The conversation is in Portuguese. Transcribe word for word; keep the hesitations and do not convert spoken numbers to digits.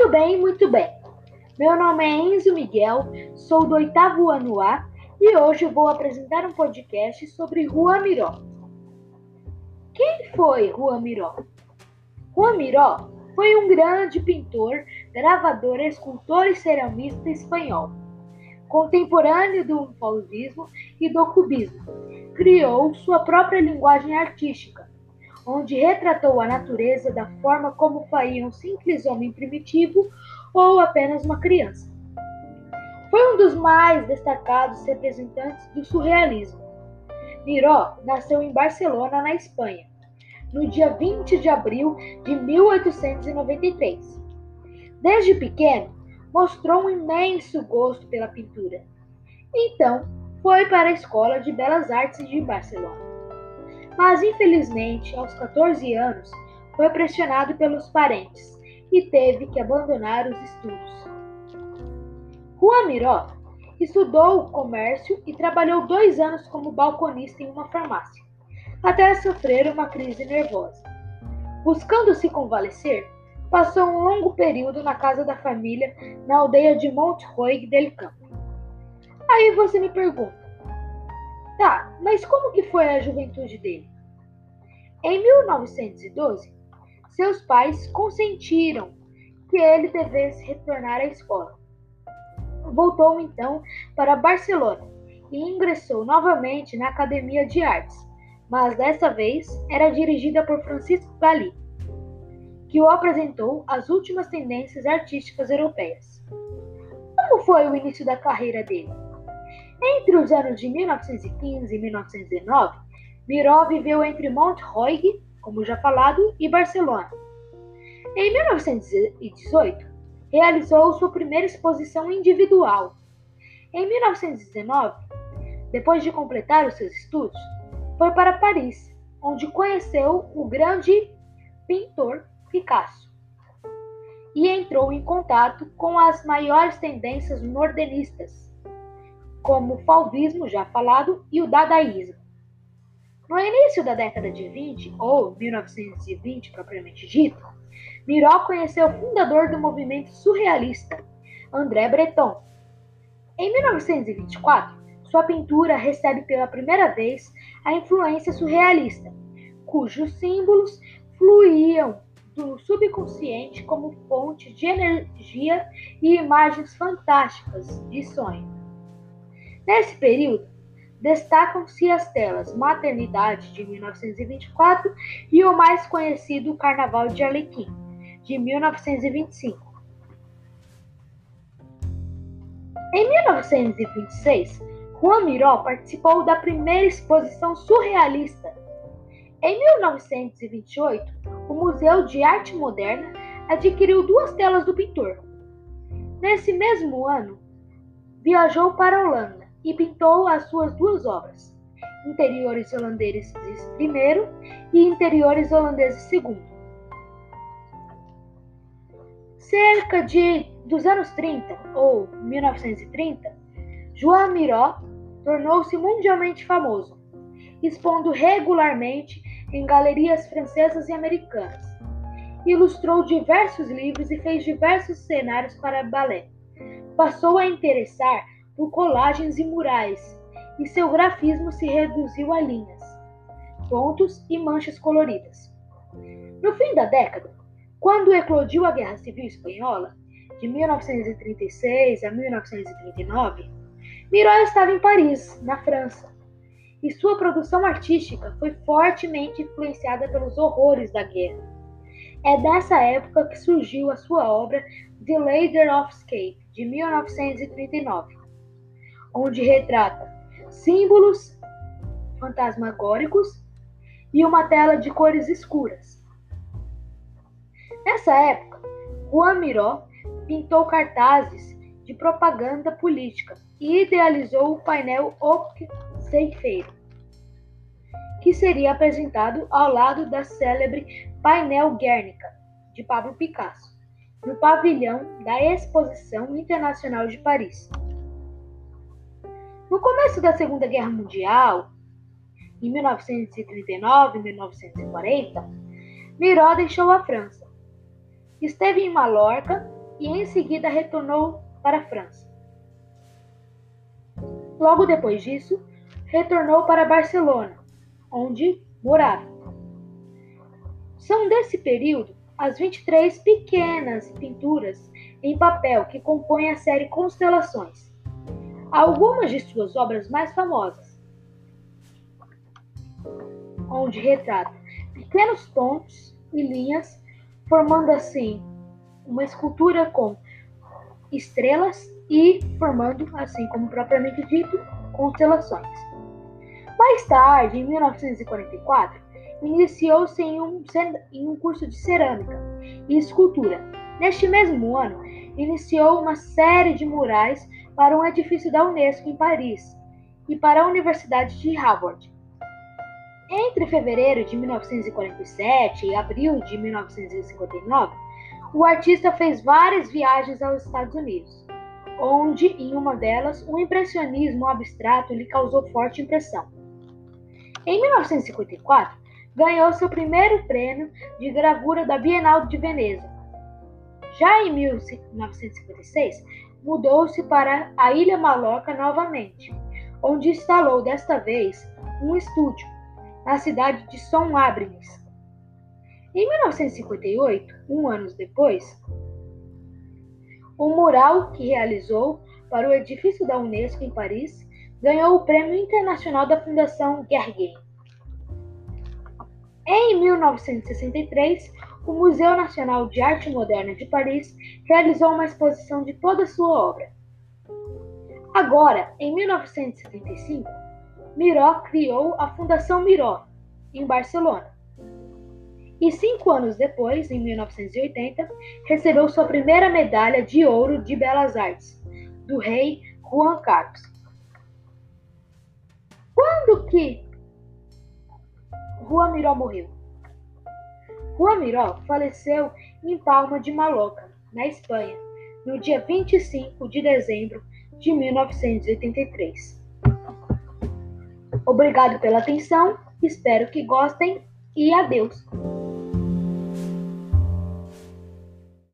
Muito bem, muito bem. Meu nome é Enzo Miguel, sou do oitavo ano A e hoje vou apresentar um podcast sobre Juan Miró. Quem foi Juan Miró? Juan Miró foi um grande pintor, gravador, escultor e ceramista espanhol, contemporâneo do fauvismo e do cubismo. Criou sua própria linguagem artística, onde retratou a natureza da forma como faria um simples homem primitivo ou apenas uma criança. Foi um dos mais destacados representantes do surrealismo. Miró nasceu em Barcelona, na Espanha, no dia vinte de abril de mil oitocentos e noventa e três. Desde pequeno, mostrou um imenso gosto pela pintura. Então, foi para a Escola de Belas Artes de Barcelona. Mas, infelizmente, aos catorze anos, foi pressionado pelos parentes e teve que abandonar os estudos. Juan Miró estudou comércio e trabalhou dois anos como balconista em uma farmácia, até sofrer uma crise nervosa. Buscando se convalescer, passou um longo período na casa da família na aldeia de Montroig del Campo. Aí você me pergunta, tá, mas como que foi a juventude dele? Em mil novecentos e doze, seus pais consentiram que ele devesse retornar à escola. Voltou então para Barcelona e ingressou novamente na Academia de Artes, mas dessa vez era dirigida por Francisco Galí, que o apresentou às últimas tendências artísticas europeias. Como foi o início da carreira dele? Entre os anos de mil novecentos e quinze e mil novecentos e dezenove, Miró viveu entre Montroig, como já falado, e Barcelona. Em mil novecentos e dezoito, realizou sua primeira exposição individual. Em mil novecentos e dezenove, depois de completar os seus estudos, foi para Paris, onde conheceu o grande pintor Picasso e entrou em contato com as maiores tendências modernistas, como o fauvismo, já falado, e o dadaísmo. No início da década de vinte, ou mil novecentos e vinte propriamente dito, Miró conheceu o fundador do movimento surrealista, André Breton. Em mil novecentos e vinte e quatro, sua pintura recebe pela primeira vez a influência surrealista, cujos símbolos fluíam do subconsciente como fonte de energia e imagens fantásticas de sonho. Nesse período, destacam-se as telas Maternidade, de mil novecentos e vinte e quatro, e o mais conhecido Carnaval de Arlequim, de mil novecentos e vinte e cinco. Em mil novecentos e vinte e seis, Juan Miró participou da primeira exposição surrealista. Em mil novecentos e vinte e oito, o Museu de Arte Moderna adquiriu duas telas do pintor. Nesse mesmo ano, viajou para a Holanda e pintou as suas duas obras, Interiores Holandeses primeiro e Interiores Holandeses segundo. Cerca de dos anos trinta, ou mil novecentos e trinta, Juan Miró tornou-se mundialmente famoso, expondo regularmente em galerias francesas e americanas. Ilustrou diversos livros e fez diversos cenários para balé. Passou a interessar por colagens e murais, e seu grafismo se reduziu a linhas, pontos e manchas coloridas. No fim da década, quando eclodiu a Guerra Civil Espanhola, de mil novecentos e trinta e seis a mil novecentos e trinta e nove, Miró estava em Paris, na França, e sua produção artística foi fortemente influenciada pelos horrores da guerra. É dessa época que surgiu a sua obra The Ladder of Escape, de mil novecentos e trinta e nove, onde retrata símbolos fantasmagóricos e uma tela de cores escuras. Nessa época, Juan Miró pintou cartazes de propaganda política e idealizou o painel Obsequeiro, que seria apresentado ao lado da célebre Painel Guernica, de Pablo Picasso, no pavilhão da Exposição Internacional de Paris. No começo da Segunda Guerra Mundial, em mil novecentos e trinta e nove e mil novecentos e quarenta, Miró deixou a França. Esteve em Mallorca e em seguida retornou para a França. Logo depois disso, retornou para Barcelona, onde morava. São desse período as vinte e três pequenas pinturas em papel que compõem a série Constelações. Algumas de suas obras mais famosas, onde retrata pequenos pontos e linhas, formando assim uma escultura com estrelas e formando, assim como propriamente dito, constelações. Mais tarde, em mil novecentos e quarenta e quatro, iniciou-se em um, em um curso de cerâmica e escultura. Neste mesmo ano, iniciou uma série de murais para um edifício da Unesco em Paris e para a Universidade de Harvard. Entre fevereiro de mil novecentos e quarenta e sete e abril de mil novecentos e cinquenta e nove, o artista fez várias viagens aos Estados Unidos, onde, em uma delas, o impressionismo abstrato lhe causou forte impressão. Em mil novecentos e cinquenta e quatro, ganhou seu primeiro prêmio de gravura da Bienal de Veneza. Já em mil novecentos e cinquenta e seis, mudou-se para a Ilha Mallorca novamente, onde instalou desta vez um estúdio na cidade de São Abrines. Em mil novecentos e cinquenta e oito, um ano depois, o mural que realizou para o edifício da Unesco em Paris ganhou o Prêmio Internacional da Fundação Guggenheim. Em mil novecentos e sessenta e três, o Museu Nacional de Arte Moderna de Paris realizou uma exposição de toda a sua obra. Agora, em mil novecentos e setenta e cinco, Miró criou a Fundação Miró, em Barcelona. E cinco anos depois, em mil novecentos e oitenta, recebeu sua primeira medalha de ouro de Belas Artes, do rei Juan Carlos. Quando que Juan Miró morreu? Juan Miró faleceu em Palma de Mallorca, na Espanha, no dia vinte e cinco de dezembro de mil novecentos e oitenta e três. Obrigado pela atenção, espero que gostem e adeus!